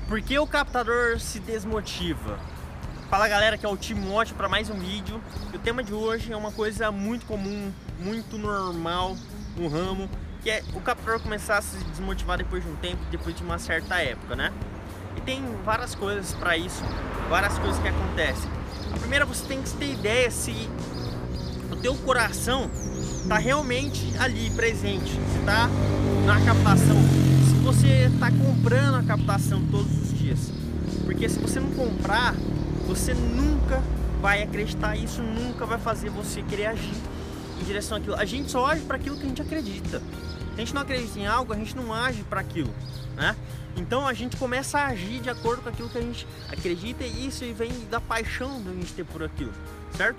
Por que o captador se desmotiva? Fala galera, que é o Timóteo para mais um vídeo. E o tema de hoje é uma coisa muito comum, muito normal no ramo, que é o captador começar a se desmotivar depois de um tempo, depois de uma certa época, né? E tem várias coisas para isso, várias coisas que acontecem. A primeira, você tem que ter ideia se o teu coração está realmente ali, presente, se está na captação, se você está comprando a captação todos os dias. Porque se você não comprar, você nunca vai acreditar, isso nunca vai fazer você querer agir em direção àquilo. A gente só age para aquilo que a gente acredita. Se a gente não acredita em algo, a gente não age para aquilo, né? Então a gente começa a agir de acordo com aquilo que a gente acredita, e isso vem da paixão da gente ter por aquilo, certo?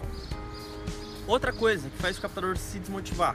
Outra coisa que faz o captador se desmotivar: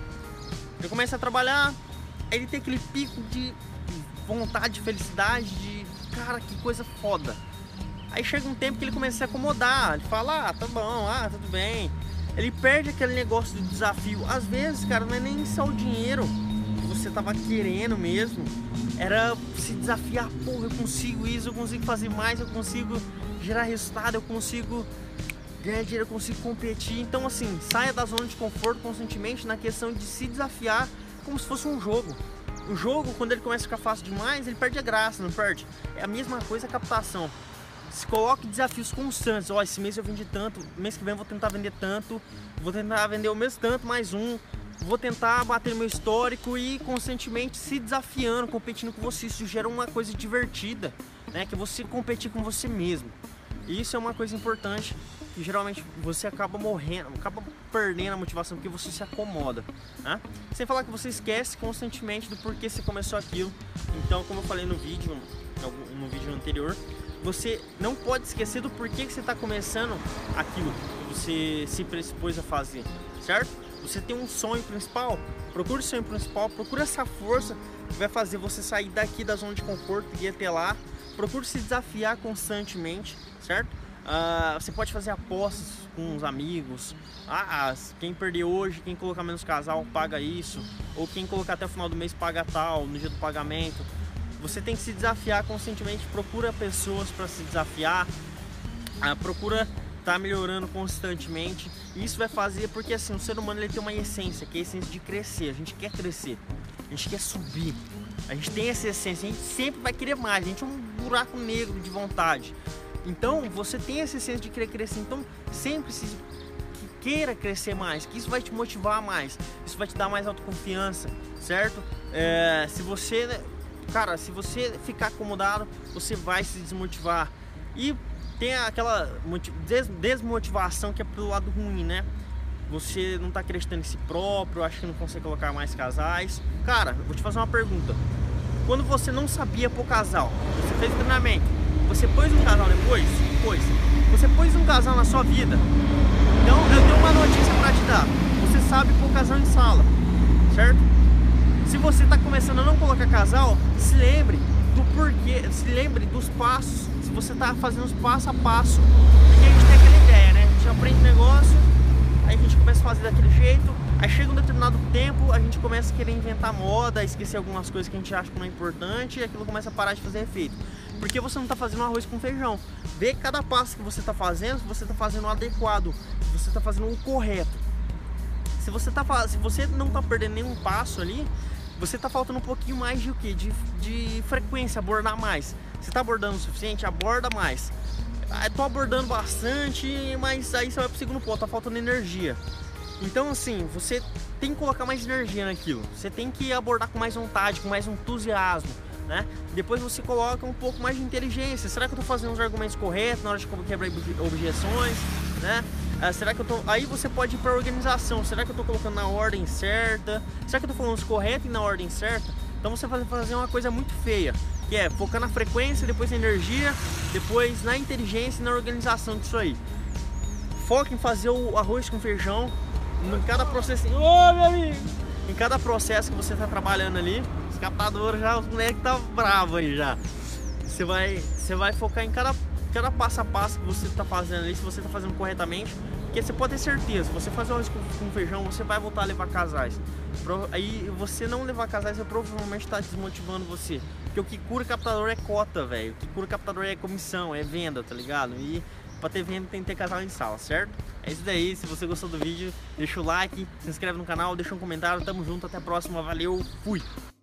ele começa a trabalhar, ele tem aquele pico de vontade, de felicidade, de cara, que coisa foda. Aí chega um tempo que ele começa a se acomodar, ele fala, tá bom, tudo bem. Ele perde aquele negócio do desafio. Às vezes, cara, não é nem só o dinheiro que você tava querendo mesmo, era se desafiar, porra, eu consigo isso, eu consigo fazer mais, eu consigo gerar resultado, eu consigo ganhar dinheiro, eu consigo competir. Então assim, saia da zona de conforto constantemente na questão de se desafiar como se fosse um jogo. O jogo, quando ele começa a ficar fácil demais, ele perde a graça, não perde? É a mesma coisa a captação. Se coloque desafios constantes. Ó, esse mês eu vendi tanto, mês que vem eu vou tentar vender tanto, vou tentar vender o mesmo tanto, mais um, vou tentar bater no meu histórico, e constantemente se desafiando, competindo com você. Isso gera uma coisa divertida, né? Que é você competir com você mesmo. E isso é uma coisa importante, que geralmente você acaba morrendo, acaba perdendo a motivação porque você se acomoda, né? Sem falar que você esquece constantemente do porquê você começou aquilo. Então, como eu falei no vídeo anterior, você não pode esquecer do porquê que você está começando aquilo que você se predispôs a fazer, certo? Você tem um sonho principal, procure o sonho principal, procure essa força que vai fazer você sair daqui da zona de conforto e ir até lá. Procure se desafiar constantemente, certo? Você pode fazer apostas com os amigos. Quem perder hoje, quem colocar menos casal paga isso, ou quem colocar até o final do mês paga tal, no dia do pagamento. Você tem que se desafiar constantemente, procura pessoas para se desafiar, procura estar melhorando constantemente. Isso vai fazer, porque assim, o ser humano ele tem uma essência, que é a essência de crescer. A gente quer crescer, a gente quer subir, a gente tem essa essência, a gente sempre vai querer mais, a gente é um buraco negro de vontade. Então você tem essa essência de querer crescer, então sempre queira crescer mais, que isso vai te motivar mais, isso vai te dar mais autoconfiança, certo? Se você ficar acomodado, você vai se desmotivar. E tem aquela desmotivação que é pelo lado ruim, né? Você não tá acreditando em si próprio, acha que não consegue colocar mais casais. Cara, eu vou te fazer uma pergunta. Quando você não sabia pôr casal, você fez treinamento, você pôs um casal depois? Pôs. Você pôs um casal na sua vida. Então eu tenho uma notícia pra te dar. Você sabe pôr casal em sala, certo? Se você está começando a não colocar casal, se lembre do porquê, se lembre dos passos, se você está fazendo os passo a passo, porque a gente tem aquela ideia, né? A gente aprende negócio, aí a gente começa a fazer daquele jeito, aí chega um determinado tempo, a gente começa a querer inventar moda, esquecer algumas coisas que a gente acha que não é importante, e aquilo começa a parar de fazer efeito. Porque você não está fazendo arroz com feijão. Vê cada passo que você está fazendo, se você está fazendo o adequado, se você está fazendo o correto. Se você não está perdendo nenhum passo ali, você está faltando um pouquinho mais de o quê? De frequência, abordar mais. Você está abordando o suficiente? Aborda mais. Estou abordando bastante, mas aí você vai para o segundo ponto, está faltando energia. Então assim, você tem que colocar mais energia naquilo. Você tem que abordar com mais vontade, com mais entusiasmo, né? Depois você coloca um pouco mais de inteligência. Será que eu estou fazendo os argumentos corretos na hora de quebrar objeções, né? Será que eu tô... Aí você pode ir para a organização. Será que eu estou colocando na ordem certa? Será que eu estou falando os corretos e na ordem certa? Então você vai fazer uma coisa muito feia, que é focar na frequência, depois na energia, depois na inteligência e na organização disso aí. Foca em fazer o arroz com feijão em cada processo. Ô, meu amigo! Em cada processo que você está trabalhando ali. Os captadores já, os moleques tá bravo aí já. Você vai focar em cada passo a passo que você está fazendo ali, se você está fazendo corretamente, Porque você pode ter certeza, se você fazer um arroz com feijão, você vai voltar a levar casais. Aí você não levar casais, você provavelmente está desmotivando você. Porque o que cura captador é cota, velho. O que cura captador é comissão, é venda, tá ligado? E pra ter venda tem que ter casal em sala, certo? É isso daí, se você gostou do vídeo, deixa o like, se inscreve no canal, deixa um comentário, tamo junto, até a próxima, valeu, fui!